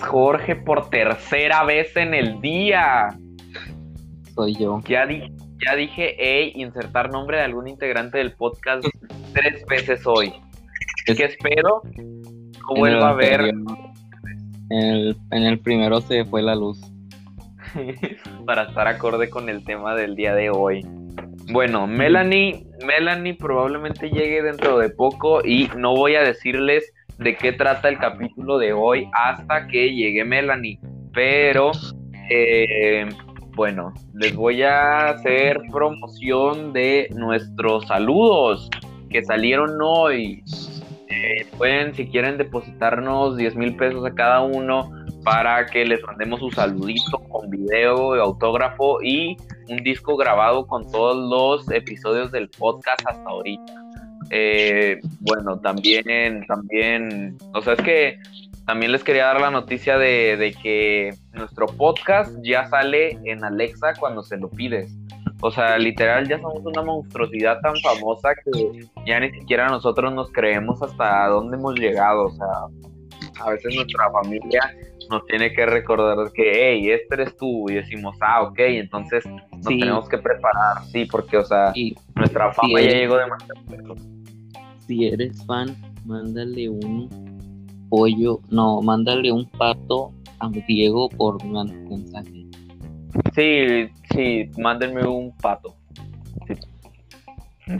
Jorge por tercera vez en el día. Soy yo. Ya dije, hey, insertar nombre de algún integrante del podcast 3 veces hoy. ¿Qué espero? No vuelva a ver. En el primero se fue la luz. Para estar acorde con el tema del día de hoy. Bueno, Melanie probablemente llegue dentro de poco y no voy a decirles de qué trata el capítulo de hoy hasta que llegue Melanie, pero bueno, les voy a hacer promoción de nuestros saludos que salieron hoy. Pueden, si quieren, depositarnos 10,000 pesos a cada uno para que les mandemos un saludito con video, autógrafo y un disco grabado con todos los episodios del podcast hasta ahorita. Bueno, también, o sea, es que también les quería dar la noticia de que nuestro podcast ya sale en Alexa cuando se lo pides. O sea, literal, ya somos una monstruosidad tan famosa que ya ni siquiera nosotros nos creemos hasta dónde hemos llegado. O sea, a veces nuestra familia nos tiene que recordar que, hey, este eres tú, y decimos, ok, entonces nos tenemos que preparar, sí, porque, o sea, nuestra fama ya llegó demasiado lejos. Si eres fan, mándale un pato a Diego por mensaje. Sí, mándenme un pato. Sí.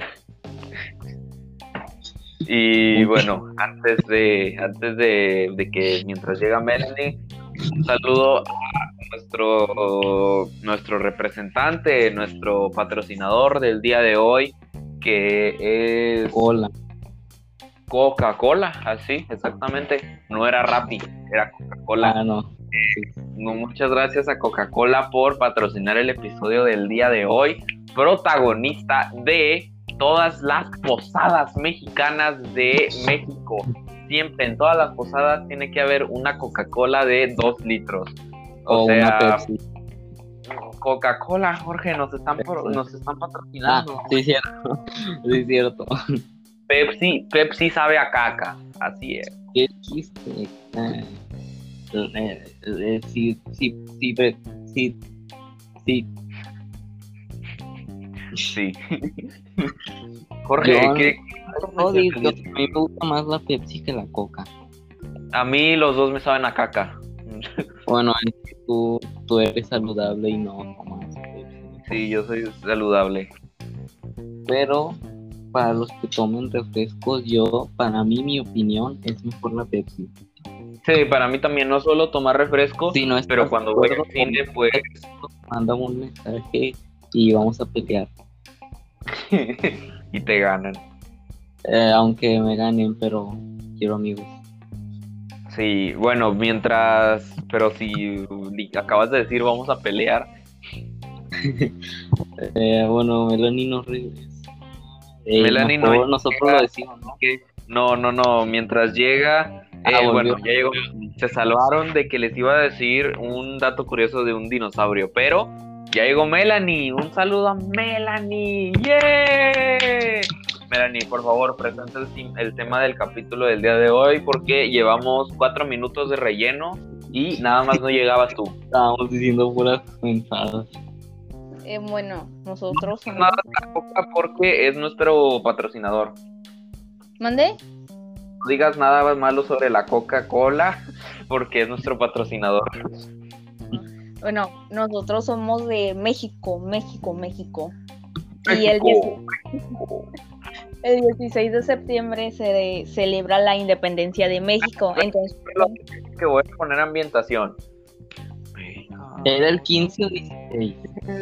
Y bueno, antes de que mientras llega Melanie, un saludo a nuestro representante, nuestro patrocinador del día de hoy, que es Coca-Cola, así, exactamente. No era Rappi, era Coca-Cola. No. Muchas gracias a Coca-Cola por patrocinar el episodio del día de hoy, protagonista de todas las posadas mexicanas de México. Siempre en todas las posadas tiene que haber una Coca-Cola de 2 litros. O sea, una Pepsi. Coca-Cola, Jorge, nos están patrocinando. Sí, cierto. Pepsi sabe a caca, así es. ¿Qué chiste? Sí. Jorge, a mí me gusta más la Pepsi que la Coca. A mí los dos me saben a caca. Bueno, tú eres saludable y no tomas Pepsi. Sí, yo soy saludable. Pero para los que tomen refrescos, para mí, mi opinión, es mejor la Pepsi. Sí, para mí también. No suelo tomar refrescos, sí, pero cuando voy al cine, pues mándame un mensaje y vamos a pelear. Y te ganan. Aunque me ganen, pero quiero amigos. Sí, bueno, pero si acabas de decir vamos a pelear. Bueno, Melanie no regresa. Melanie no. Nosotros lo decimos, ¿no? No, mientras llega. Bueno, ya llegó. Se salvaron de que les iba a decir un dato curioso de un dinosaurio, pero ya llegó Melanie. Un saludo a Melanie. ¡Yeah! Melanie, por favor, presenta el tema del capítulo del día de hoy, porque llevamos 4 minutos de relleno y nada más no llegabas tú. Estábamos diciendo puras mensadas. Bueno, nosotros somos... Nada de la Coca porque es nuestro patrocinador. ¿Mande? No digas nada malo sobre la Coca-Cola porque es nuestro patrocinador. Bueno, nosotros somos de México. Y el 16 de septiembre se celebra la independencia de México. Entonces, que voy a poner ambientación. Era el 15 o 16.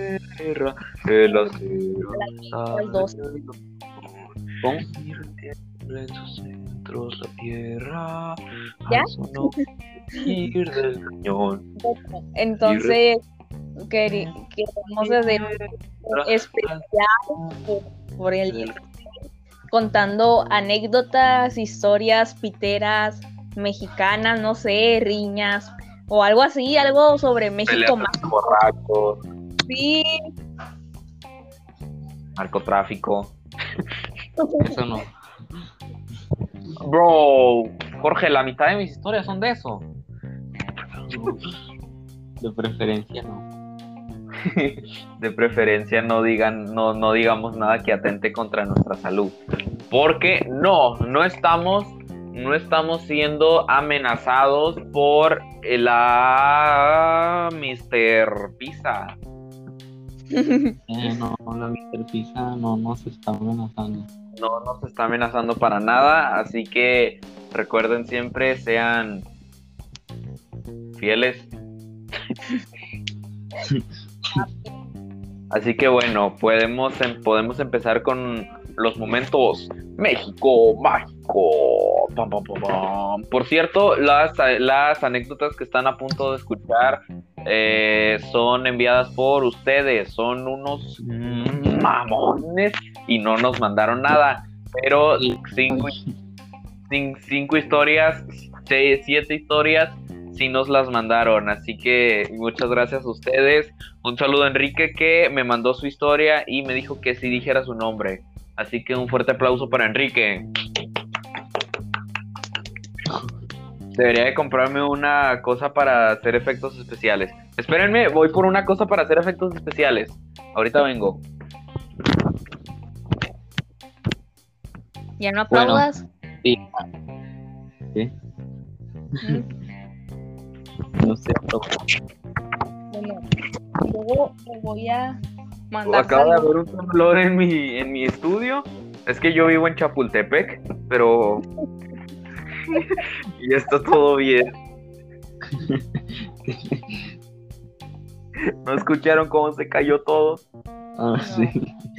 El 12. ¿Cómo? En sus centros la tierra. ¿Ya? Ir del cañón. Entonces, queremos hacer un especial por el día, contando anécdotas, historias piteras mexicanas, no sé, riñas o algo así, algo sobre México más. Borrachos. Sí. Narcotráfico. Eso no. Bro, Jorge, la mitad de mis historias son de eso. De preferencia no. De preferencia no digamos nada que atente contra nuestra salud. Porque no estamos siendo amenazados por la Mr. Pizza. No, la Mr. Pizza no nos está amenazando. No nos está amenazando para nada, así que recuerden siempre, sean fieles. Así que bueno, podemos empezar con los momentos México mágico. Pam, pam, pam, pam. Por cierto, las anécdotas que están a punto de escuchar son enviadas por ustedes. Son unos mamones y no nos mandaron nada. Pero cinco historias, 7 historias sí nos las mandaron, así que muchas gracias a ustedes. Un saludo a Enrique, que me mandó su historia y me dijo que sí dijera su nombre, así que un fuerte aplauso para Enrique. Debería de comprarme una cosa para hacer efectos especiales. Espérenme, voy por una cosa para hacer efectos especiales. Ahorita vengo. ¿Ya no aplaudas? Sí. ¿Qué? No sé. Bueno, luego le voy a mandar Acaba de saludos. haber un temblor en mi estudio. Es que yo vivo en Chapultepec, pero y está todo bien. ¿No escucharon cómo se cayó todo? Sí.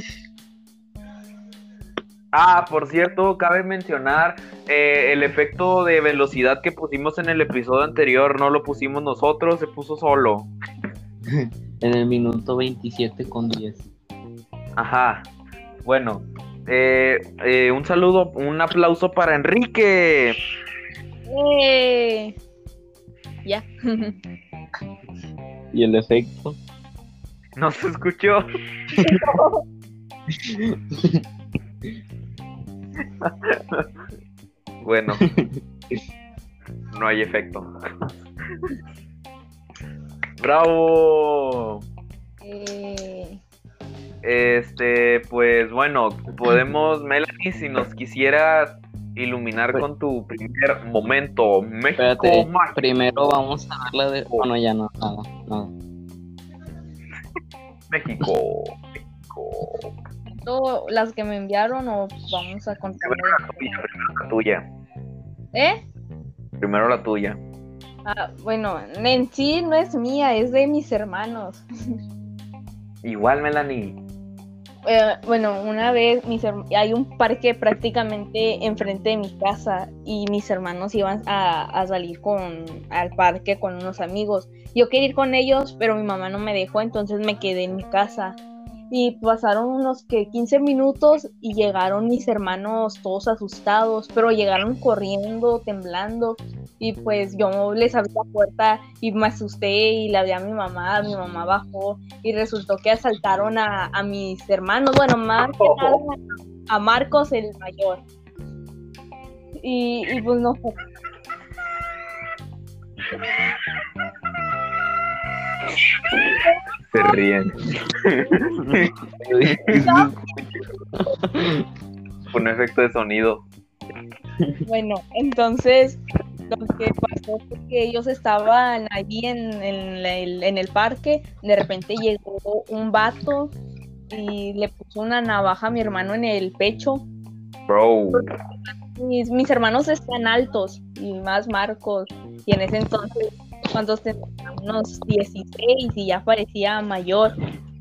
Por cierto, cabe mencionar el efecto de velocidad que pusimos en el episodio anterior. No lo pusimos nosotros, se puso solo. En el minuto 27:10. Ajá. Bueno, un saludo, un aplauso para Enrique. Ya. ¿Y el efecto? No se escuchó. Bueno, no hay efecto. ¡Bravo! Pues bueno, podemos, Melanie, si nos quisieras iluminar con tu primer momento. México Espérate, mágico. primero vamos a darle de... Bueno, ya no, nada. México. Las que me enviaron o vamos a contar. Primero la tuya. ¿Eh? Primero la tuya. Bueno, en sí no es mía, es de mis hermanos. Igual, Melanie. Bueno, una vez hay un parque prácticamente enfrente de mi casa y mis hermanos iban a salir al parque con unos amigos. Yo quería ir con ellos, pero mi mamá no me dejó, entonces me quedé en mi casa. Y pasaron unos 15 minutos y llegaron mis hermanos todos asustados, pero llegaron corriendo, temblando, y pues yo les abrí la puerta y me asusté y le hablé a mi mamá bajó y resultó que asaltaron a mis hermanos, bueno, más que nada a Marcos, el mayor. Y pues no fue. Se ríen. Un efecto de sonido. Bueno, entonces lo que pasó fue que ellos estaban allí en el parque, de repente llegó un vato y le puso una navaja a mi hermano en el pecho. Bro. Mis hermanos están altos y más Marcos, y en ese entonces, ¿cuántos tenían? Unos 16 y ya parecía mayor,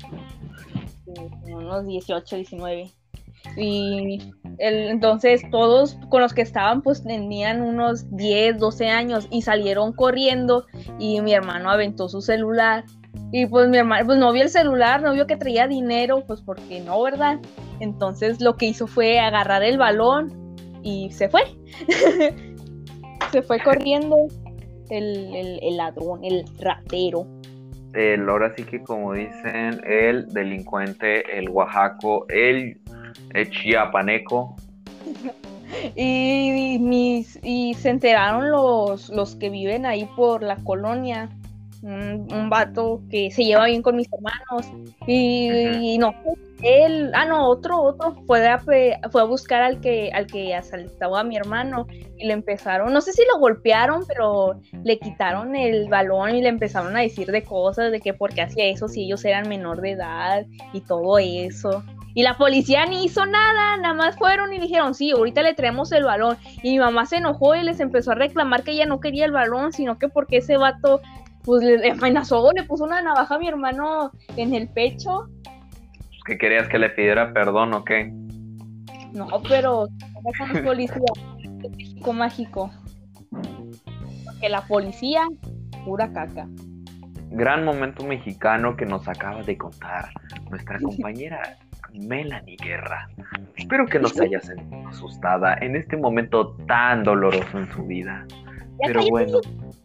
unos 18, 19. Y entonces todos con los que estaban pues tenían unos 10, 12 años y salieron corriendo y mi hermano aventó su celular y pues mi hermano pues no vio el celular, no vio que traía dinero, pues porque no, ¿verdad? Entonces lo que hizo fue agarrar el balón y se fue. Se fue corriendo el ladrón, el ratero. Ahora sí que como dicen, el delincuente, el oaxaco, el chiapaneco. Y se enteraron los que viven ahí por la colonia, un vato que se lleva bien con mis hermanos, y no, él, otro fue a buscar al que asaltó a mi hermano, y le empezaron, no sé si lo golpearon, pero le quitaron el balón y le empezaron a decir de cosas, de que por qué hacía eso si ellos eran menor de edad y todo eso. Y la policía ni hizo nada más fueron y dijeron, sí, ahorita le traemos el balón. Y mi mamá se enojó y les empezó a reclamar que ella no quería el balón, sino que porque ese vato, pues, le amenazó, le puso una navaja a mi hermano en el pecho. ¿Que querías que le pidiera perdón o qué? No, pero con los policías, México mágico. Porque la policía, pura caca. Gran momento mexicano que nos acaba de contar nuestra compañera Melanie Guerra. Espero que no se haya sentido asustada en este momento tan doloroso en su vida. Pero bueno,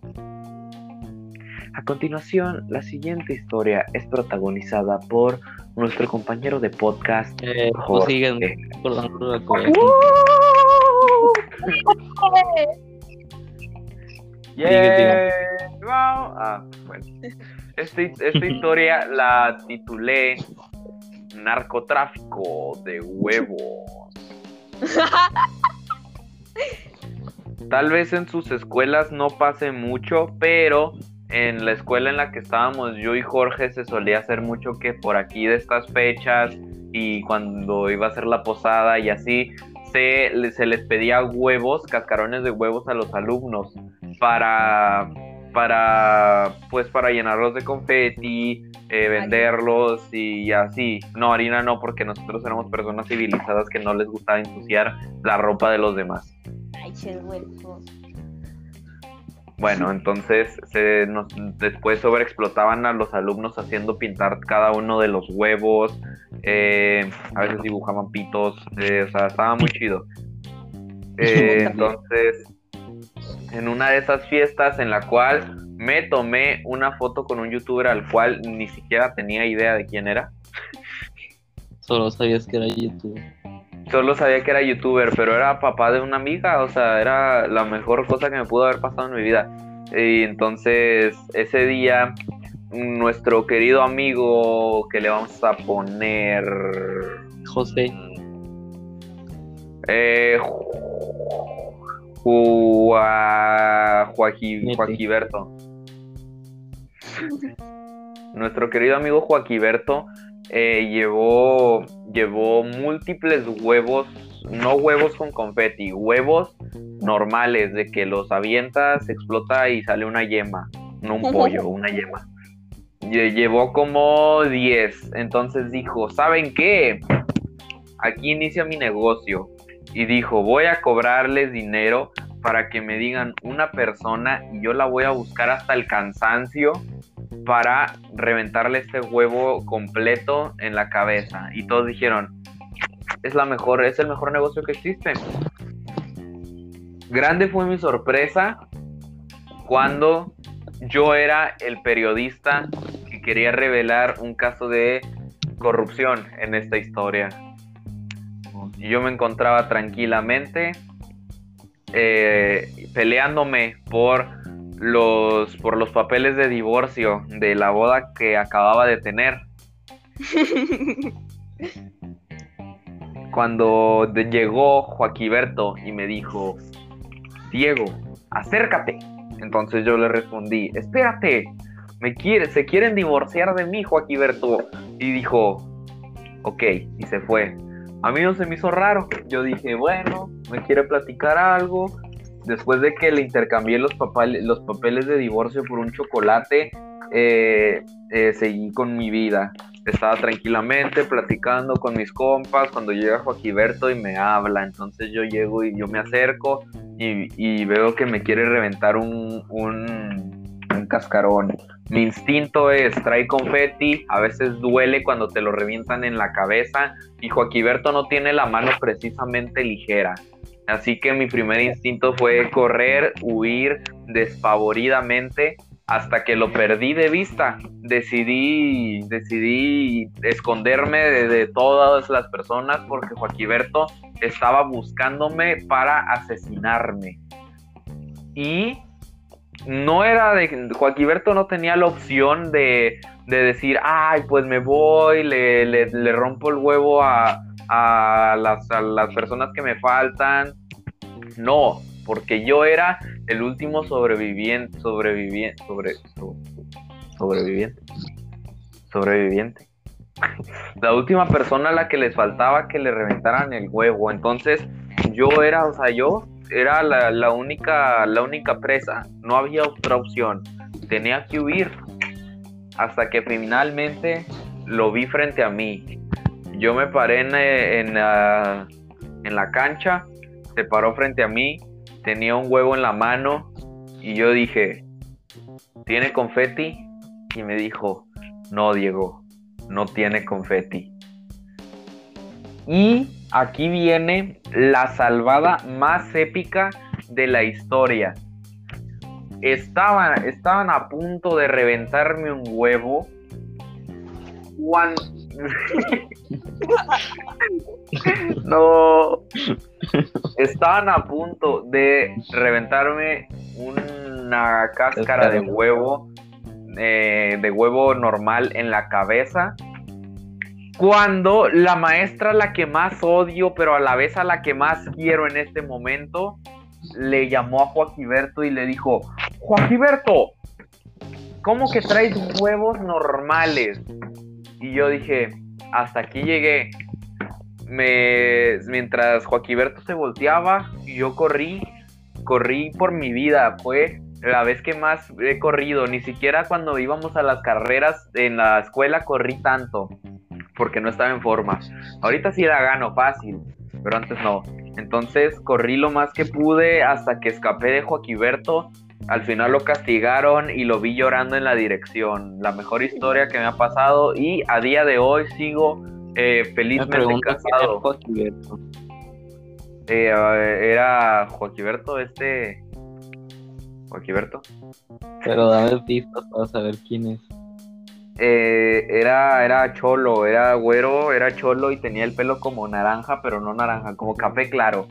a continuación, la siguiente historia es protagonizada por nuestro compañero de podcast, Jorge. Sigan recordando la cosa. Yeah. Wow. Bueno. Esta historia la titulé Narcotráfico de huevos. Tal vez en sus escuelas no pase mucho, pero en la escuela en la que estábamos yo y Jorge se solía hacer mucho que por aquí de estas fechas y cuando iba a ser la posada y así, se les pedía huevos, cascarones de huevos a los alumnos para llenarlos de confeti, venderlos y así. No, harina no, porque nosotros éramos personas civilizadas que no les gustaba ensuciar la ropa de los demás. Ay, che, huevos. Bueno, entonces después sobreexplotaban a los alumnos haciendo pintar cada uno de los huevos, a veces dibujaban pitos, o sea, estaba muy chido. Entonces, en una de esas fiestas en la cual me tomé una foto con un youtuber al cual ni siquiera tenía idea de quién era. Solo sabías que era youtuber. Solo sabía que era youtuber, pero era papá de una amiga, o sea, era la mejor cosa que me pudo haber pasado en mi vida. Y entonces, ese día, nuestro querido amigo, que le vamos a poner... José. Joaquiberto. Nuestro querido amigo Joaquiberto llevó múltiples huevos, no huevos con confeti, huevos normales, de que los avientas, explota y sale una yema, no un pollo, una yema. Llevó como 10, entonces dijo, ¿saben qué? Aquí inicia mi negocio. Y dijo, voy a cobrarles dinero para que me digan una persona y yo la voy a buscar hasta el cansancio para reventarle este huevo completo en la cabeza. Y todos dijeron, es el mejor negocio que existe. Grande fue mi sorpresa cuando yo era el periodista que quería revelar un caso de corrupción en esta historia. Y yo me encontraba tranquilamente peleándome por los papeles de divorcio de la boda que acababa de tener. Cuando llegó Joaquiberto y me dijo, Diego, acércate. Entonces yo le respondí, espérate, se quieren divorciar de mí, Joaquiberto. Y dijo, ok, y se fue. A mí no se me hizo raro. Yo dije, bueno, me quiere platicar algo. Después de que le intercambié los papeles de divorcio por un chocolate, seguí con mi vida. Estaba tranquilamente platicando con mis compas cuando llega Joaquiberto y me habla. Entonces yo llego y yo me acerco y veo que me quiere reventar un cascarón. Mi instinto es, trae confeti, a veces duele cuando te lo revientan en la cabeza y Joaquiberto no tiene la mano precisamente ligera. Así que mi primer instinto fue correr, huir despavoridamente hasta que lo perdí de vista. Decidí esconderme de todas las personas porque Joaquiberto estaba buscándome para asesinarme. Y no era de... Joaquiberto no tenía la opción de decir, ay, pues me voy, le rompo el huevo a las personas que me faltan. No, porque yo era el último sobreviviente. La última persona a la que les faltaba que le reventaran el huevo. Entonces, yo era la única presa. No había otra opción. Tenía que huir. Hasta que finalmente lo vi frente a mí. Yo me paré en la cancha. Se paró frente a mí. Tenía un huevo en la mano. Y yo dije, ¿tiene confeti? Y me dijo, no, Diego, no tiene confeti. Y aquí viene la salvada más épica de la historia. Estaban a punto de reventarme un huevo cuando... No. Estaban a punto de reventarme una cáscara de huevo normal en la cabeza, cuando la maestra, la que más odio, pero a la vez a la que más quiero en este momento, le llamó a Joaquiberto y le dijo, Joaquiberto, ¿cómo que traes huevos normales? Y yo dije, hasta aquí llegué. Mientras Joaquiberto se volteaba, yo corrí por mi vida. Fue la vez que más he corrido. Ni siquiera cuando íbamos a las carreras en la escuela corrí tanto, porque no estaba en forma. Ahorita sí la gano fácil, pero antes no. Entonces corrí lo más que pude hasta que escapé de Joaquiberto. Al final lo castigaron y lo vi llorando en la dirección. La mejor historia que me ha pasado, y a día de hoy sigo felizmente casado. Joaquiberto. Era Joaquiberto, Joaquiberto. Pero dame pistas para saber quién es. Era cholo, era güero, era cholo y tenía el pelo como naranja, pero no naranja, como café claro.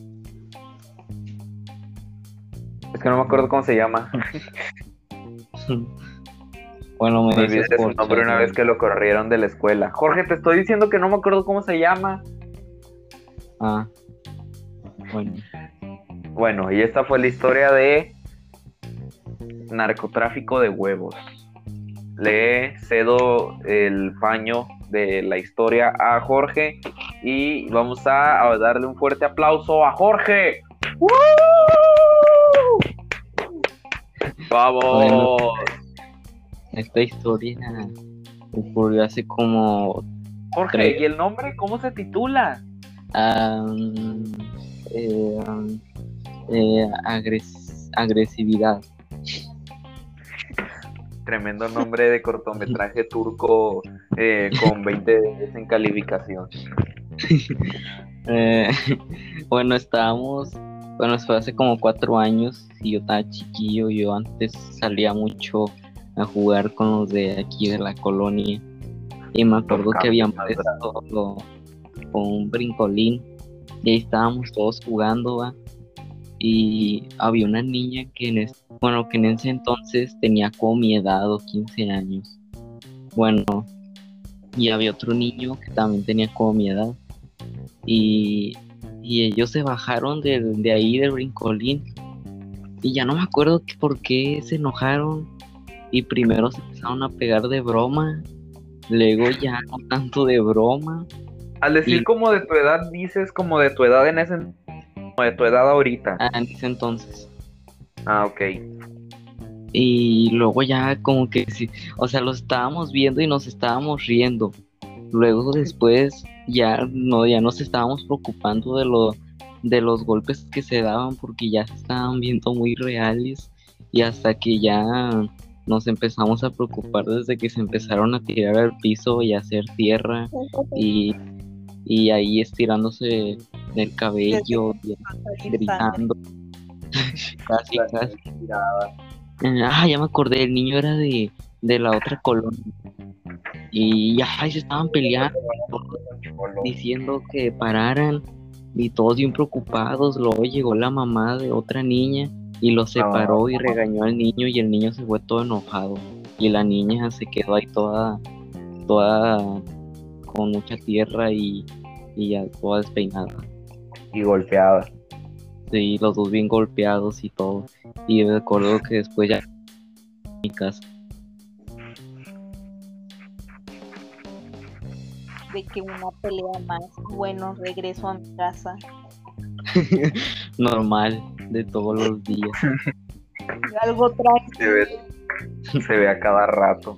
Es que no me acuerdo cómo se llama. Bueno, me olvidé su nombre una vez que lo corrieron de la escuela. Jorge, te estoy diciendo que no me acuerdo cómo se llama. Ah, bueno. Bueno, y esta fue la historia de narcotráfico de huevos. Le cedo el paño de la historia a Jorge y vamos a darle un fuerte aplauso a Jorge. ¡Woo! ¡Vamos! Bueno, esta historia ocurrió hace como... Jorge, ¿y el nombre cómo se titula? Agresividad. Tremendo nombre de cortometraje turco con 20 veces en calificación. Bueno, fue hace como 4 años y yo estaba chiquillo. Yo antes salía mucho a jugar con los de aquí de la colonia y me acuerdo que habían puesto con un brincolín y ahí estábamos todos jugando, ¿va? Y había una niña que en ese entonces tenía como mi edad o 15 años. Bueno, y había otro niño que también tenía como mi edad. Y ellos se bajaron de ahí del brincolín. Y ya no me acuerdo por qué se enojaron. Y primero se empezaron a pegar de broma. Luego ya no tanto de broma. Al decir como de tu edad, dices como de tu edad como de tu edad ahorita. En ese entonces. Ah, ok. Y luego ya como que sí, o sea, los estábamos viendo y nos estábamos riendo. Luego después ya nos estábamos preocupando de los golpes que se daban, porque ya se estaban viendo muy reales, y hasta que ya nos empezamos a preocupar desde que se empezaron a tirar al piso y a hacer tierra y ahí estirándose el cabello y gritando. casi. Ya me acordé, el niño era de la otra colonia. Y ya se estaban peleando, diciendo que pararan. y todos bien preocupados. Luego llegó la mamá de otra niña y lo separó y regañó al niño, y el niño se fue todo enojado, y la niña se quedó ahí toda con mucha tierra y ya toda despeinada. Y golpeada. Sí, los dos bien golpeados y todo. Y me acuerdo que después ya en mi casa. De que una pelea más, bueno, regreso a mi casa. Normal, de todos los días. Algo tranquilo. Se ve a cada rato.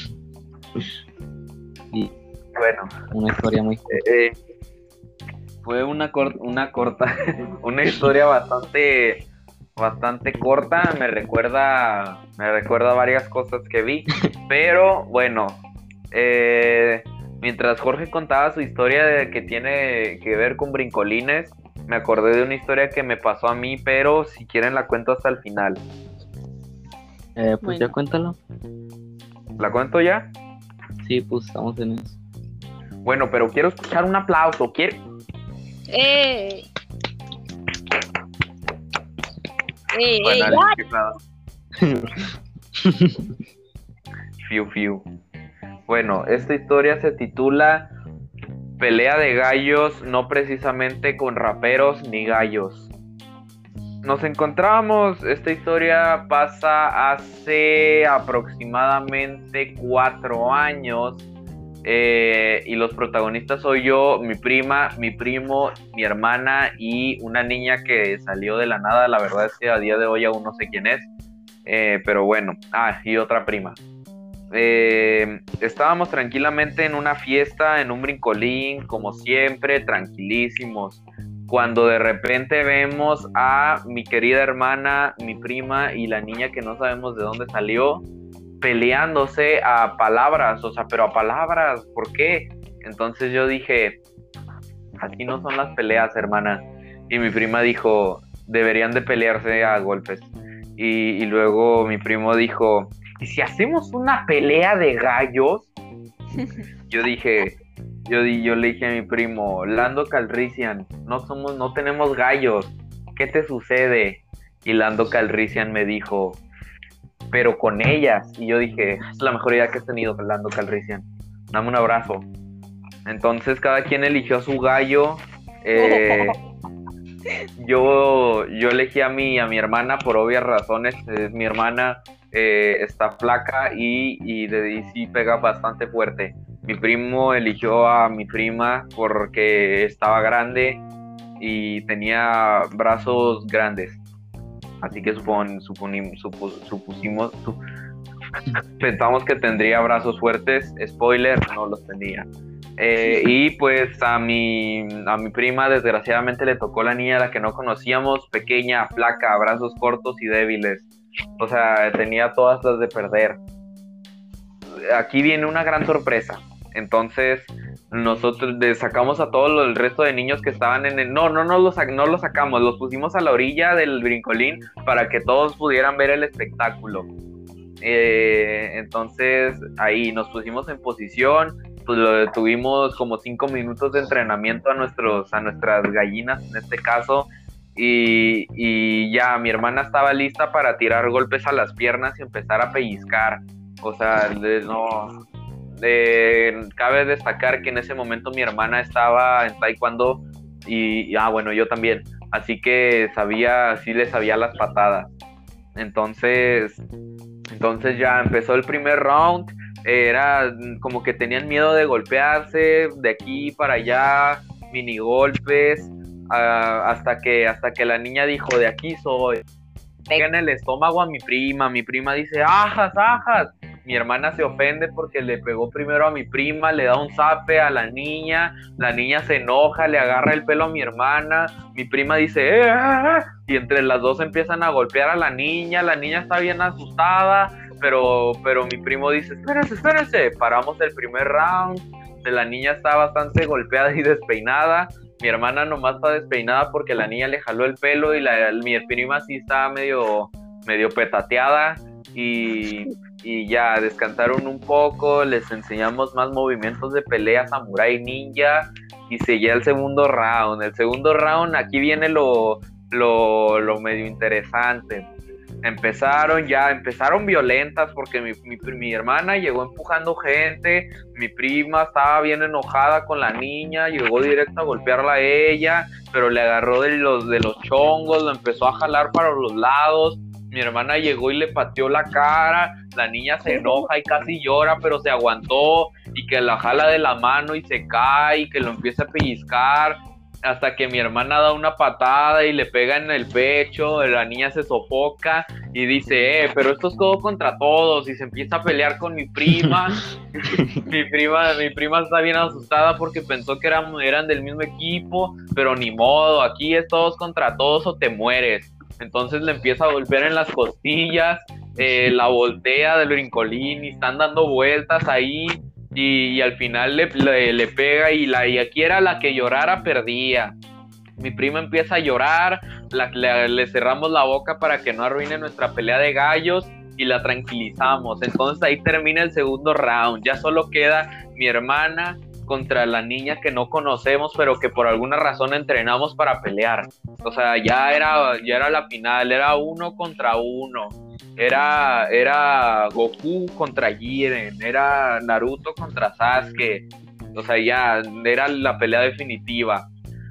Y Bueno, una historia muy fue una historia bastante corta. Me recuerda varias cosas que vi, pero bueno, mientras Jorge contaba su historia que tiene que ver con brincolines, me acordé de una historia que me pasó a mí, pero si quieren la cuento hasta el final. pues Bueno. ya cuéntalo. ¿La cuento ya? Sí, pues estamos en eso. Bueno, pero quiero escuchar un aplauso. Bueno, Fiu. Bueno, esta historia se titula Pelea de gallos, no precisamente con raperos ni gallos. Nos encontramos, esta historia pasa hace aproximadamente 4 años, y los protagonistas soy yo, mi prima, mi primo, mi hermana y una niña que salió de la nada. La verdad es que a día de hoy aún no sé quién es, pero bueno, y otra prima. Estábamos tranquilamente en una fiesta, en un brincolín, como siempre, tranquilísimos, cuando de repente vemos a mi querida hermana, mi prima y la niña que no sabemos de dónde salió, peleándose a palabras, pero a palabras, ¿por qué? Entonces yo dije, así no son las peleas, hermana. Y mi prima dijo, deberían de pelearse a golpes. Y luego mi primo dijo, ¿y si hacemos una pelea de gallos? Yo le dije a mi primo, Lando Calrissian, no tenemos gallos, ¿qué te sucede? Y Lando Calrissian me dijo, pero con ellas. Y yo dije, es la mejor idea que he tenido, Lando Calrissian, dame un abrazo. Entonces cada quien eligió a su gallo. Yo elegí a mi hermana por obvias razones. Mi hermana está flaca y sí pega bastante fuerte. Mi primo eligió a mi prima porque estaba grande y tenía brazos grandes. Así que pensamos que tendría brazos fuertes. Spoiler, no los tenía. Y pues a mi prima desgraciadamente le tocó la niña a la que no conocíamos, pequeña, flaca, brazos cortos y débiles. O sea, tenía todas las de perder. Aquí viene una gran sorpresa. Entonces nosotros sacamos a todo el resto de niños que estaban en el... No los sacamos, los pusimos a la orilla del brincolín para que todos pudieran ver el espectáculo. Entonces ahí nos pusimos en posición, pues tuvimos como 5 minutos de entrenamiento a nuestras gallinas en este caso, y ya mi hermana estaba lista para tirar golpes a las piernas y empezar a pellizcar. O sea, cabe destacar que en ese momento mi hermana estaba en taekwondo y bueno, yo también, así que sí le sabía las patadas. Entonces ya empezó el primer round. Era como que tenían miedo de golpearse de aquí para allá, mini golpes, hasta que la niña dijo, de aquí soy. Pega en el estómago a mi prima dice, ajas. Mi hermana se ofende porque le pegó primero a mi prima, le da un zape a la niña se enoja, le agarra el pelo a mi hermana, mi prima dice, y entre las dos empiezan a golpear a la niña está bien asustada, pero mi primo dice, espérense, paramos el primer round, la niña está bastante golpeada y despeinada, mi hermana nomás está despeinada porque la niña le jaló el pelo y mi prima sí está medio petateada. Y y ya descansaron un poco, les enseñamos más movimientos de pelea samurai ninja y seguía el segundo round. El segundo round, aquí viene lo medio interesante. Empezaron violentas porque mi hermana llegó empujando gente, mi prima estaba bien enojada con la niña, llegó directo a golpearla a ella, pero le agarró de los chongos, lo empezó a jalar para los lados. Mi hermana llegó y le pateó la cara, la niña se enoja y casi llora, pero se aguantó, y que la jala de la mano y se cae, y que lo empieza a pellizcar, hasta que mi hermana da una patada y le pega en el pecho, la niña se sofoca y dice, pero esto es todo contra todos, y se empieza a pelear con mi prima. mi prima está bien asustada porque pensó que eran del mismo equipo, pero ni modo, aquí es todos contra todos o te mueres. Entonces le empieza a golpear en las costillas, la voltea del brincolín y están dando vueltas ahí. Y al final le pega y aquí era la que llorara perdía. Mi prima empieza a llorar, le cerramos la boca para que no arruine nuestra pelea de gallos y la tranquilizamos. Entonces ahí termina el segundo round. Ya solo queda mi hermana contra la niña que no conocemos, pero que por alguna razón entrenamos para pelear. O sea, ya era la final, era 1 contra 1. Era Goku contra Jiren, era Naruto contra Sasuke. O sea, ya era la pelea definitiva.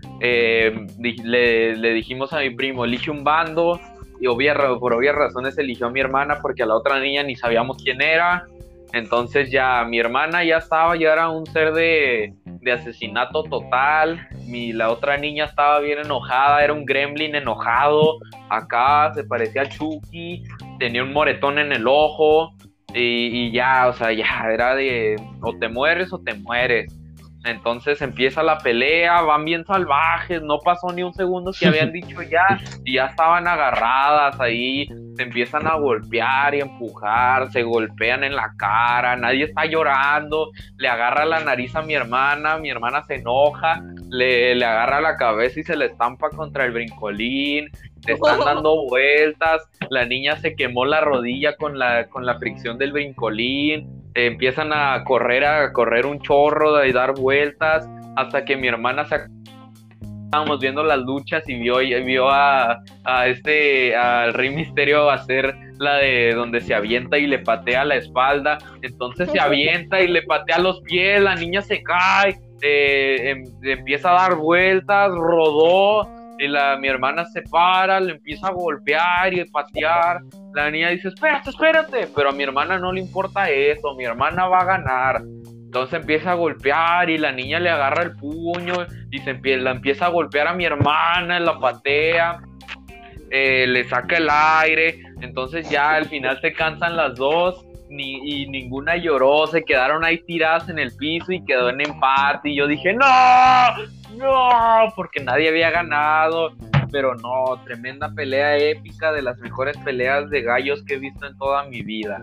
Le dijimos a mi primo, elige un bando, y por obvias razones eligió a mi hermana porque a la otra niña ni sabíamos quién era. Entonces ya mi hermana ya era un ser de asesinato total. La otra niña estaba bien enojada, era un gremlin enojado. Acá se parecía a Chucky, tenía un moretón en el ojo y ya, o sea, ya era de o te mueres o te mueres. Entonces empieza la pelea, van bien salvajes, no pasó ni un segundo que habían dicho ya, y ya estaban agarradas ahí, se empiezan a golpear y empujar, se golpean en la cara, nadie está llorando, le agarra la nariz a mi hermana se enoja, le agarra la cabeza y se le estampa contra el brincolín, te están dando vueltas, la niña se quemó la rodilla con la fricción del brincolín, empiezan a correr un chorro y dar vueltas, hasta que mi hermana estábamos viendo las luchas y vio al Rey Misterio hacer la de donde se avienta y le patea la espalda, entonces se avienta y le patea los pies, la niña se cae, empieza a dar vueltas, rodó, y mi hermana se para, le empieza a golpear y a patear. La niña dice, espérate, pero a mi hermana no le importa eso, mi hermana va a ganar. Entonces empieza a golpear y la niña le agarra el puño y la empieza a golpear a mi hermana, la patea, le saca el aire. Entonces ya al final se cansan las dos y ninguna lloró, se quedaron ahí tiradas en el piso y quedó en empate. Y yo dije, ¡no! Porque nadie había ganado. Pero no, tremenda pelea épica, de las mejores peleas de gallos que he visto en toda mi vida.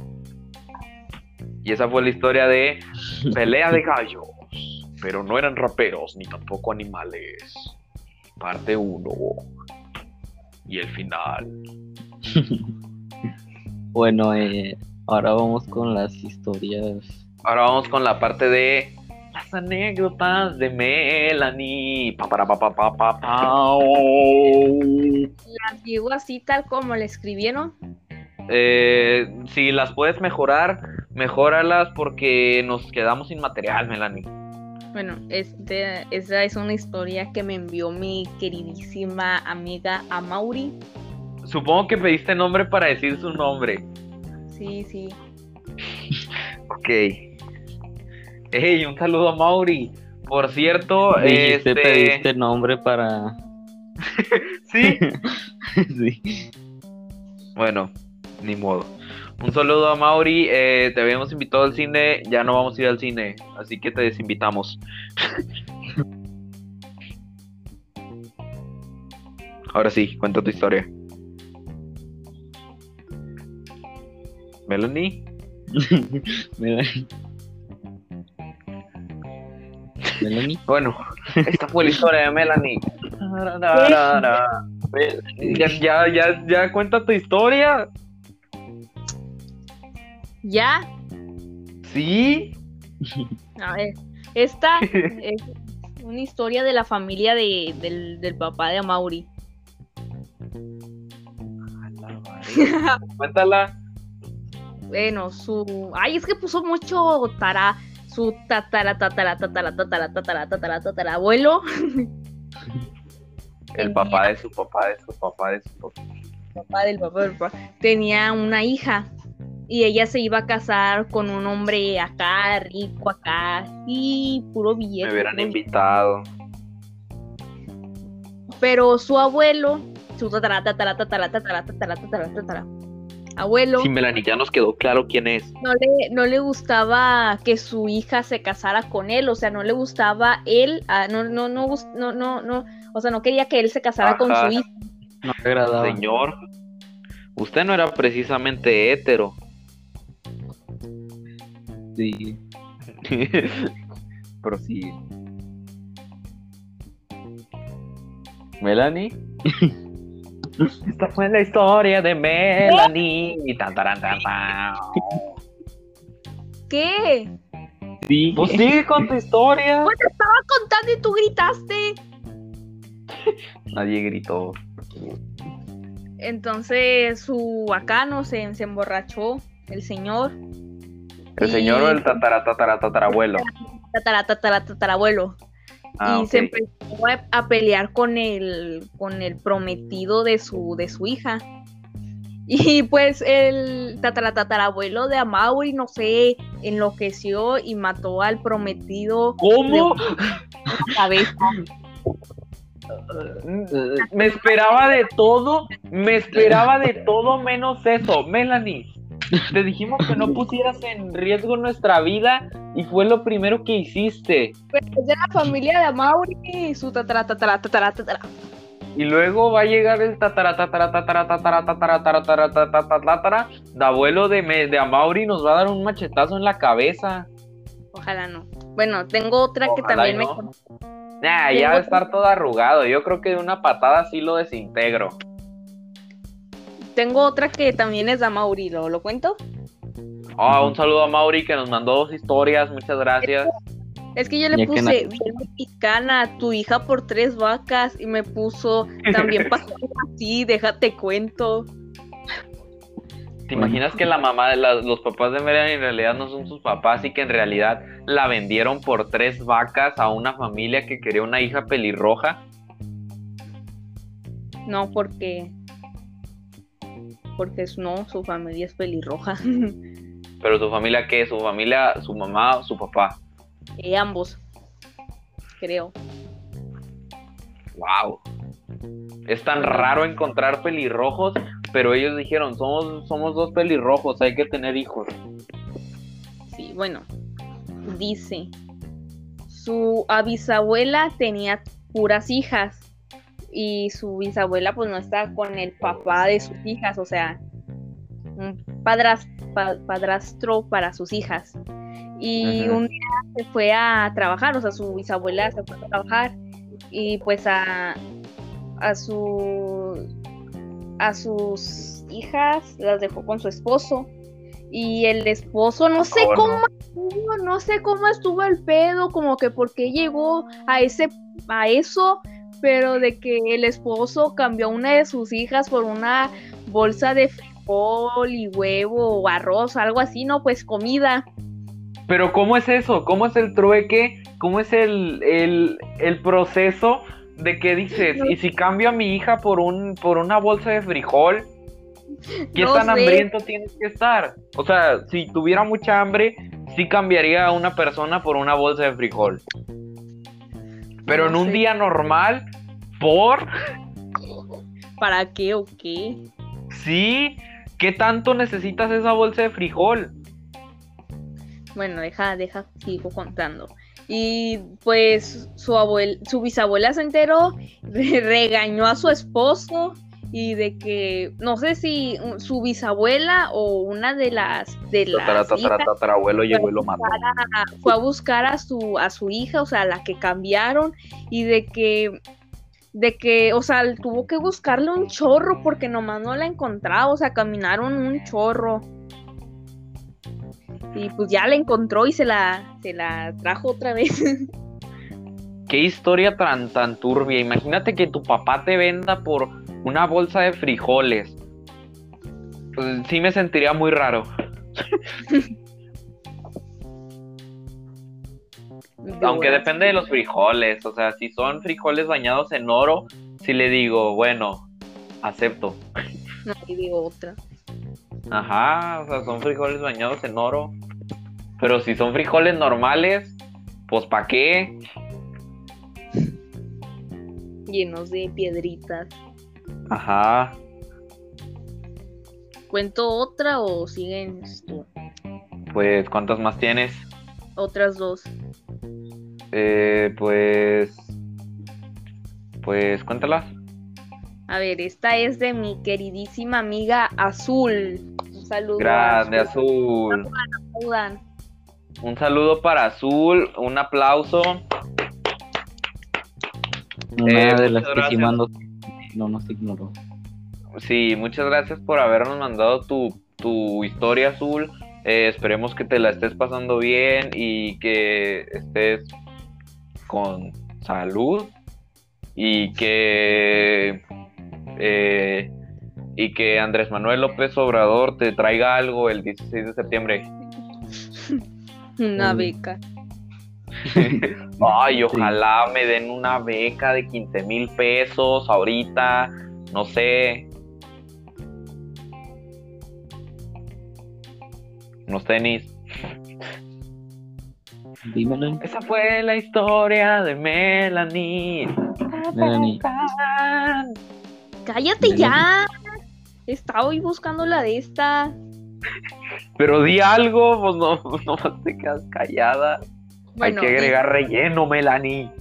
Y esa fue la historia de pelea de gallos, pero no eran raperos ni tampoco animales. Parte 1 y el final. Bueno, ahora vamos con las historias. Ahora vamos con la parte de las anécdotas de Melanie. Las digo así tal como le escribieron. Si las puedes mejorar, mejóralas porque nos quedamos sin material, Melanie. Bueno, esa es una historia que me envió mi queridísima amiga Amaury. Supongo que pediste nombre para decir su nombre. Sí. Ok. Hey, un saludo a Mauri. Por cierto, pediste nombre para... ¿Sí? Sí. Bueno, ni modo. Un saludo a Mauri. Te habíamos invitado al cine, ya no vamos a ir al cine, así que te desinvitamos. Ahora sí, cuenta tu historia. Melanie. Melanie. Bueno, esta fue la historia de Melanie. Ya cuenta tu historia. ¿Ya? ¿Sí? A ver, esta es una historia de la familia del papá de Amaury. Cuéntala. Bueno, ay, es que puso mucho su tatarabuelo, El papá de su papá, de su papá, de su papá. papá del papá, tenía una hija y ella se iba a casar con un hombre acá, rico, acá, y puro billete. Me hubieran invitado. Pero su abuelo, su abuelo, Sí, Melanie, ya nos quedó claro quién es. no le gustaba que su hija se casara con él, o sea, no le gustaba él, o sea, no quería que él se casara con Ajá. su hija. No me agradaba. Señor, usted no era precisamente hétero. Sí. Pero sí. ¿Melanie? Esta fue la historia de Melanie. Tan, taran, tan, tan. ¿Qué? Sí. Pues sigue con tu historia. Pues te estaba contando y tú gritaste. Nadie gritó. Entonces su bacano se emborrachó, el señor. ¿El señor o el tatarabuelo? Tatarabuelo. Ah, y ok. se empezó a pelear con el prometido de su hija. Y pues el tatarabuelo de Amaury, no sé, enloqueció y mató al prometido. ¿Cómo? De la cabeza. Me esperaba de todo menos eso. Melanie, te dijimos que no pusieras en riesgo nuestra vida y fue lo primero que hiciste. Pues es de la familia de Amaury y su tatara. Y luego va a llegar el de abuelo de Amaury y nos va a dar un machetazo en la cabeza. Ojalá no. Bueno, tengo otra que Ojalá también y no. Nah, ya va a estar todo arrugado. Yo creo que de una patada sí lo desintegro. Tengo otra que también es de Amaury, ¿lo cuento? Un saludo a Mauri que nos mandó 2 historias. Muchas gracias. Es que yo le puse bien mexicana, tu hija por 3 vacas, y me puso también pasó así, déjate cuento. ¿Te imaginas que la mamá de los papás de Melanie en realidad no son sus papás y que en realidad la vendieron por 3 vacas a una familia que quería una hija pelirroja? No, porque no, su familia es pelirroja. Pero su familia, ¿qué? Su familia, su mamá, su papá. Ambos, creo. Wow. Es tan raro encontrar pelirrojos, pero ellos dijeron, somos 2 pelirrojos, hay que tener hijos. Sí, bueno, dice, su bisabuela tenía puras hijas y su bisabuela pues no está con el papá de sus hijas, o sea, un padrastro para sus hijas. Y un día se fue a trabajar, o sea, su bisabuela se fue a trabajar y pues a sus hijas las dejó con su esposo. Y el esposo, no sé cómo estuvo el pedo, como que por qué llegó a eso, pero de que el esposo cambió a una de sus hijas por una bolsa de frijol y huevo o arroz, algo así, ¿no? Pues comida. Pero ¿cómo es eso? ¿Cómo es el trueque? ¿Cómo es el proceso de que dices, y si cambio a mi hija por una bolsa de frijol? ¿Qué tan hambriento tienes que estar? O sea, si tuviera mucha hambre, sí cambiaría a una persona por una bolsa de frijol. Pero en un día normal, ¿para qué o qué? Sí, ¿qué tanto necesitas esa bolsa de frijol? Bueno, sigo contando. Y pues su bisabuela se enteró, regañó a su esposo y de que no sé si su bisabuela o una de las tatarabuelo llegó y lo mató. Fue a buscar a su hija, o sea, la que cambiaron, y de que, o sea, tuvo que buscarle un chorro porque nomás no la encontraba, o sea, caminaron un chorro. Y pues ya la encontró y se la trajo otra vez. Qué historia tan turbia. Imagínate que tu papá te venda por una bolsa de frijoles. Pues sí me sentiría muy raro. Aunque depende de los frijoles. O sea, si son frijoles bañados en oro, sí le digo, bueno, acepto. No, y digo otra. Ajá, o sea, son frijoles bañados en oro. Pero si son frijoles normales, pues ¿para qué? Llenos de piedritas. Ajá. ¿Cuento otra o siguen tú? Pues, ¿cuántas más tienes? Otras dos. Pues, cuéntalas. A ver, esta es de mi queridísima amiga Azul. Un saludo. Grande, Azul. Saludan. Un saludo para Azul, un aplauso. Una de las muchas que sí gracias. mandó, no nos ignoró. Sí, muchas gracias por habernos mandado tu historia, Azul. Esperemos que te la estés pasando bien y que estés con salud y que Andrés Manuel López Obrador te traiga algo el 16 de septiembre. Una beca. Ay, ojalá me den una beca de 15,000 pesos ahorita, no sé. Unos tenis. Dímelo. Esa fue la historia de Melanie. Melanie. ¡Cállate ya! Estaba hoy buscando la de esta. Pero di algo, pues no te quedas callada. Bueno, hay que agregar relleno, Melanie.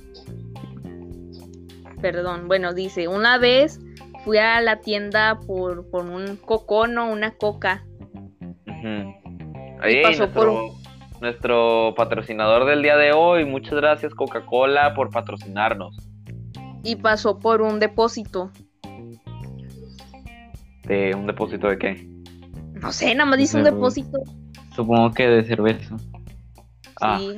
Perdón, bueno, dice, una vez fui a la tienda por un cocono, una coca. Uh-huh. Y Ey, pasó nuestro patrocinador del día de hoy. Muchas gracias, Coca-Cola, por patrocinarnos. Y pasó por un depósito. ¿De un depósito de qué? No sé, nada más dice un depósito. Supongo que de cerveza. Sí.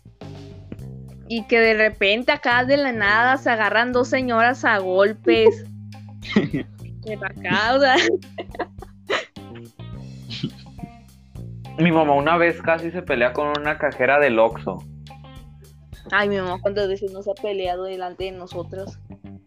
Y que de repente acá de la nada se agarran dos señoras a golpes. De la causa. Mi mamá una vez casi se pelea con una cajera del Oxxo. Ay, mi mamá cuántas veces nos ha peleado delante de nosotros.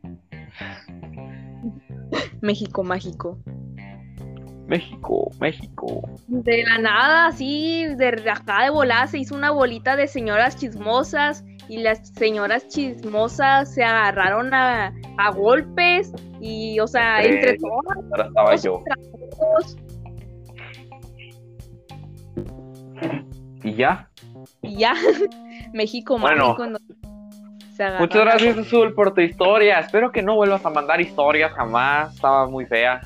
México mágico. México. De la nada, así, de acá de volada se hizo una bolita de señoras chismosas y las señoras chismosas se agarraron a golpes y, o sea, entre todas. Ahora estaba yo. ¿Y ya? Y ya, México Bueno, mágico. Muchas gracias, Azul, por tu historia. Espero que no vuelvas a mandar historias jamás. Estaba muy fea.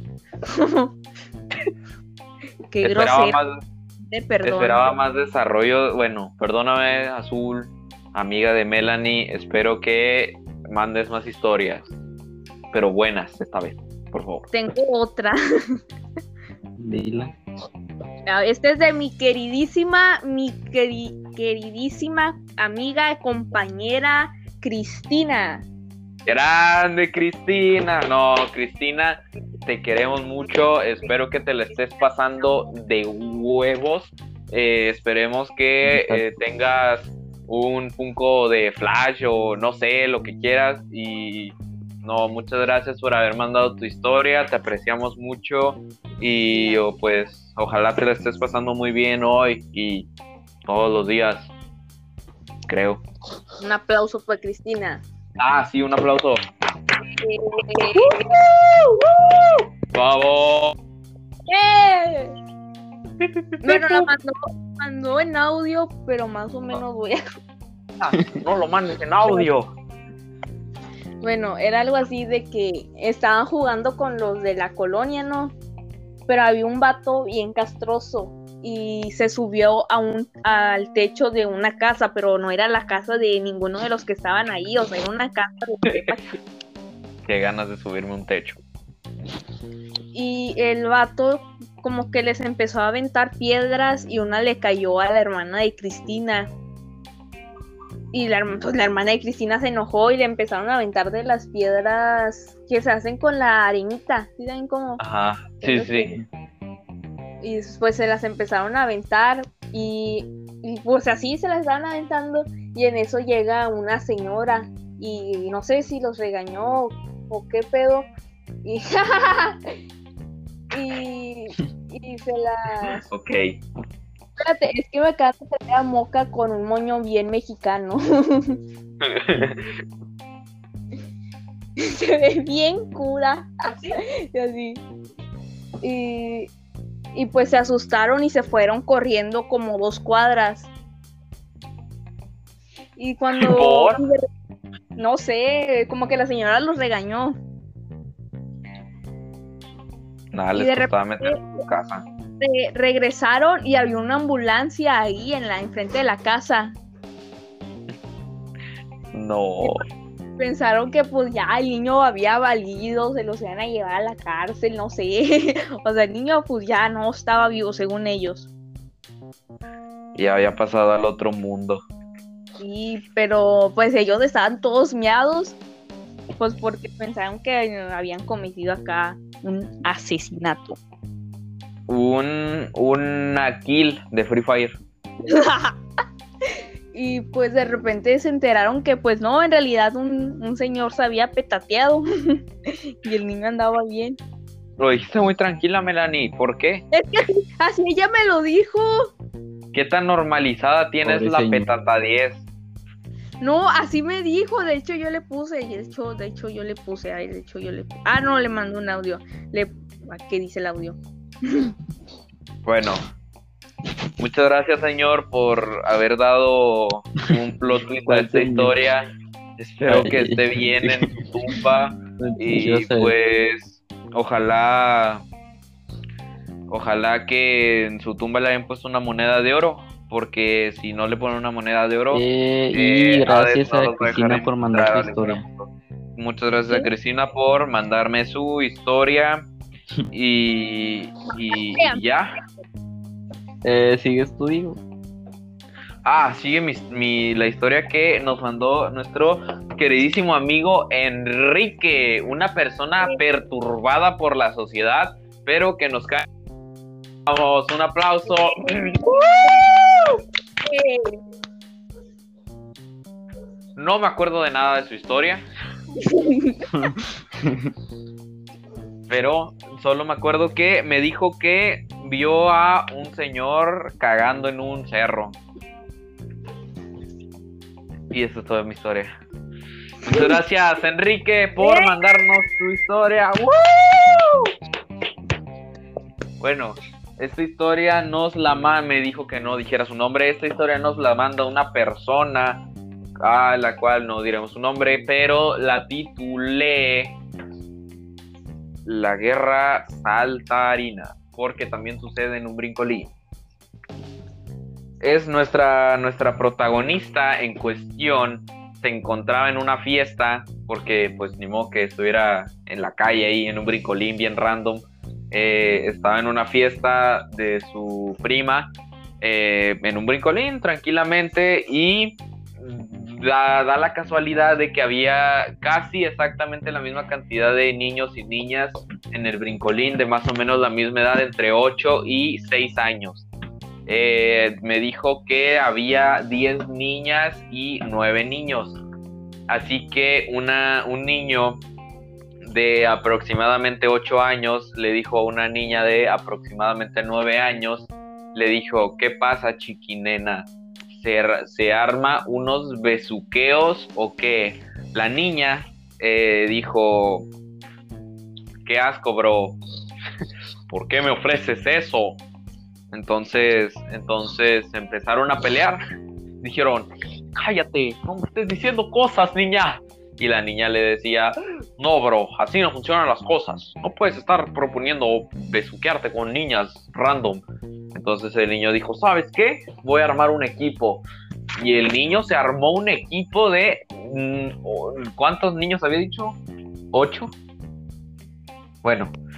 Qué grosero. Esperaba más desarrollo. Bueno, perdóname, Azul, amiga de Melanie. Espero que mandes más historias, pero buenas esta vez, por favor. Tengo otra. Dila. Esta es de mi queridísima amiga, compañera Cristina. Grande, Cristina. No, Cristina, te queremos mucho. Espero que te la estés pasando de huevos. Esperemos que tengas un Funko de Flash o no sé, lo que quieras. Y no, muchas gracias por haber mandado tu historia. Te apreciamos mucho. Y pues ojalá te la estés pasando muy bien hoy y todos los días, creo. Un aplauso para Cristina. Ah, sí, un aplauso. ¡Bravo! Bueno, la mandó en audio, pero más o menos voy a... No lo mandes en audio. Bueno, era algo así de que estaban jugando con los de la colonia, ¿no? Pero había un vato bien castroso y se subió al techo de una casa, pero no era la casa de ninguno de los que estaban ahí, o sea, era una casa de... Qué ganas de subirme un techo. Y el vato como que les empezó a aventar piedras y una le cayó a la hermana de Cristina. Y pues, la hermana de Cristina se enojó y le empezaron a aventar de las piedras que se hacen con la arenita. ¿Sí saben cómo? Ajá, sí, sí. Y después se las empezaron a aventar y pues así se las estaban aventando y en eso llega una señora y no sé si los regañó o qué pedo y, y se las... Ok. Espérate, es que me acaba de salir a Moca con un moño bien mexicano. Se ve bien cura. Y así. Y pues se asustaron y se fueron corriendo como 2 cuadras. Y cuando... ¿Por? No sé, como que la señora los regañó. Nada, Y les de costaba repente- meter en su casa. Regresaron y había una ambulancia ahí enfrente de la casa. No. Pensaron que pues ya el niño había valido, se los iban a llevar a la cárcel, no sé. O sea, el niño pues ya no estaba vivo según ellos. Ya había pasado al otro mundo. Sí, pero pues ellos estaban todos miados, pues porque pensaron que habían cometido acá un asesinato. Una kill de Free Fire. Y pues de repente se enteraron que pues no, en realidad un señor se había petateado y el niño andaba bien. Lo dijiste muy tranquila, Melanie. ¿Por qué? Es que así ella me lo dijo. ¿Qué tan normalizada tienes Pobre la señor. petata 10? No, así me dijo, de hecho yo le puse, ah, no, le mandó un audio. ¿Qué dice el audio? Bueno, muchas gracias, señor, por haber dado un plot twist a ¿Cuál esta señor? historia. Espero Ay, que esté bien en su tumba. Yo Y sé. pues, ojalá que en su tumba le hayan puesto una moneda de oro. Porque si no le ponen una moneda de oro, Y Hades gracias no a los va a dejar Cristina por mandar entrar su al historia. inframundo. Muchas gracias a ¿Sí? Cristina por mandarme su historia. Y ya. ¿Sigues tú, Diego? Sigue la historia que nos mandó nuestro queridísimo amigo Enrique, una persona perturbada por la sociedad, pero que nos cae. Vamos, un aplauso. No me acuerdo de nada de su historia, pero solo me acuerdo que me dijo que vio a un señor cagando en un cerro. Y eso es toda mi historia. Muchas gracias, Enrique, por mandarnos tu historia. ¡Woo! Bueno, esta historia me dijo que no dijera su nombre. Esta historia nos la manda una persona a la cual no diremos su nombre, pero la titulé La Guerra Saltarina, porque también sucede en un brincolín. Es nuestra protagonista en cuestión. Se encontraba en una fiesta, porque pues ni modo que estuviera en la calle ahí en un brincolín bien random. Estaba en una fiesta de su prima, en un brincolín tranquilamente, y da la casualidad de que había casi exactamente la misma cantidad de niños y niñas en el brincolín, de más o menos la misma edad, entre 8 y 6 años. Me dijo que había 10 niñas y 9 niños. Así que un niño de aproximadamente 8 años le dijo a una niña de aproximadamente 9 años, le dijo: ¿qué pasa, chiquinena? ¿Se arma unos besuqueos o qué? La niña dijo: qué asco, bro. ¿Por qué me ofreces eso? Entonces empezaron a pelear. Dijeron: cállate, no me estés diciendo cosas, niña. Y la niña le decía: no, bro, así no funcionan las cosas. No puedes estar proponiendo besuquearte con niñas random. Entonces el niño dijo: ¿sabes qué? Voy a armar un equipo. Y el niño se armó un equipo de... ¿cuántos niños había dicho? ¿8? Bueno,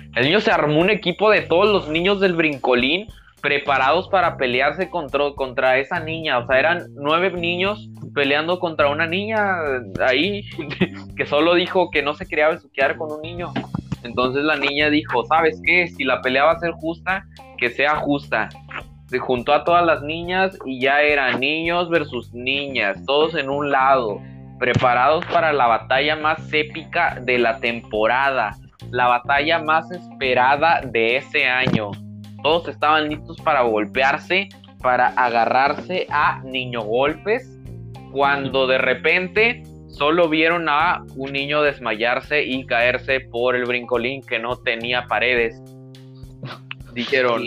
El niño se armó un equipo de todos los niños del Brincolín preparados para pelearse contra esa niña. O sea, eran 9 niños peleando contra una niña ahí que solo dijo que no se quería besuquear con un niño. Entonces la niña dijo, ¿sabes qué? Si la pelea va a ser justa, que sea justa. Se juntó a todas las niñas y ya eran niños versus niñas, todos en un lado, preparados para la batalla más épica de la temporada, la batalla más esperada de ese año. Todos estaban listos para golpearse, para agarrarse a niño golpes, cuando de repente solo vieron a un niño desmayarse y caerse por el brincolín que no tenía paredes. Dijeron,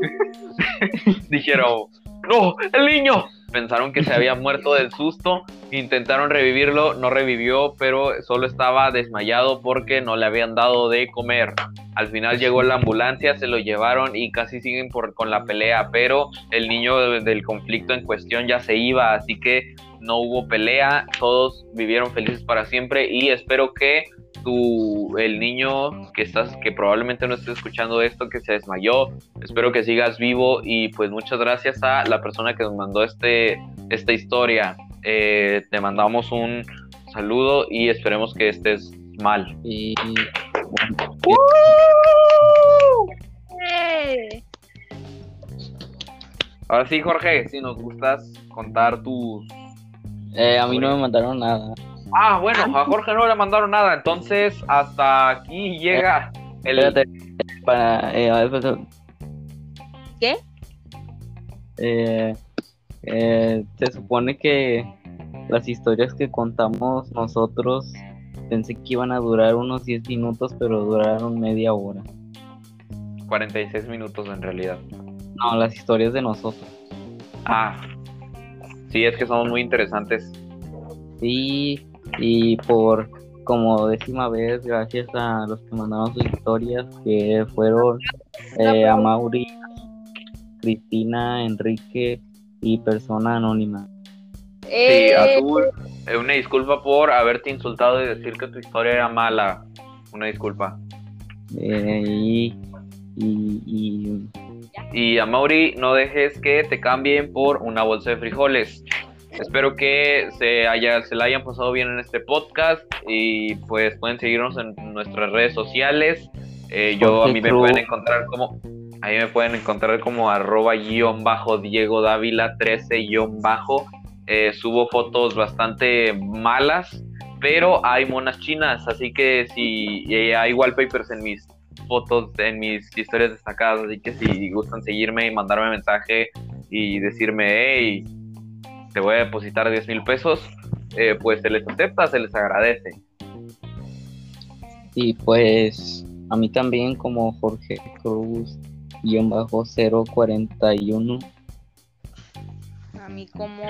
¡no, el niño! Pensaron que se había muerto del susto, intentaron revivirlo, no revivió, pero solo estaba desmayado porque no le habían dado de comer. Al final llegó la ambulancia, se lo llevaron y casi siguen con la pelea, pero el niño del conflicto en cuestión ya se iba, así que no hubo pelea, todos vivieron felices para siempre y espero que el niño que probablemente no esté escuchando esto, que se desmayó, espero que sigas vivo y pues muchas gracias a la persona que nos mandó esta historia. Te mandamos un saludo y esperemos que estés mal. Y bueno, Ahora sí, Jorge, si nos gustas contar tus... a mí no me mandaron nada. Bueno, a Jorge no le mandaron nada, entonces hasta aquí llega el... Espérate, a ver, ¿Qué? se supone que las historias que contamos nosotros pensé que iban a durar unos 10 minutos, pero duraron media hora. 46 minutos en realidad. No, las historias de nosotros. Sí, es que somos muy interesantes. Sí, y por como 10ª vez, gracias a los que mandaron sus historias, que fueron a Mauri, Cristina, Enrique y persona anónima. Sí, Azul, una disculpa por haberte insultado y decir que tu historia era mala. Una disculpa. Y a Mauri, no dejes que te cambien por una bolsa de frijoles. Espero que se la hayan pasado bien en este podcast y pues pueden seguirnos en nuestras redes sociales. A mí me pueden encontrar como @Diego Dávila 13_ subo fotos bastante malas, pero hay monas chinas, así que si hay wallpapers en mis fotos, en mis historias destacadas, así que si gustan seguirme y mandarme mensaje y decirme, hey, te voy a depositar 10,000 pesos, pues se les acepta, se les agradece. Y pues a mí también como Jorge Cruz _041. A mí como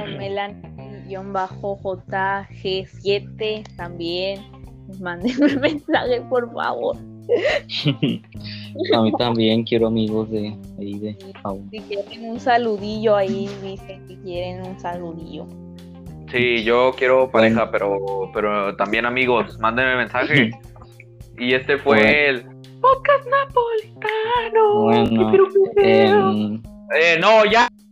Melan_JG7 también. Mándenme un mensaje, por favor. A mí también quiero amigos de Paul. Si quieren un saludillo ahí, dicen que quieren un saludillo. Sí, yo quiero pareja, pero también amigos, mándenme mensaje. Y este fue el podcast napolitano. Bueno, no, ya.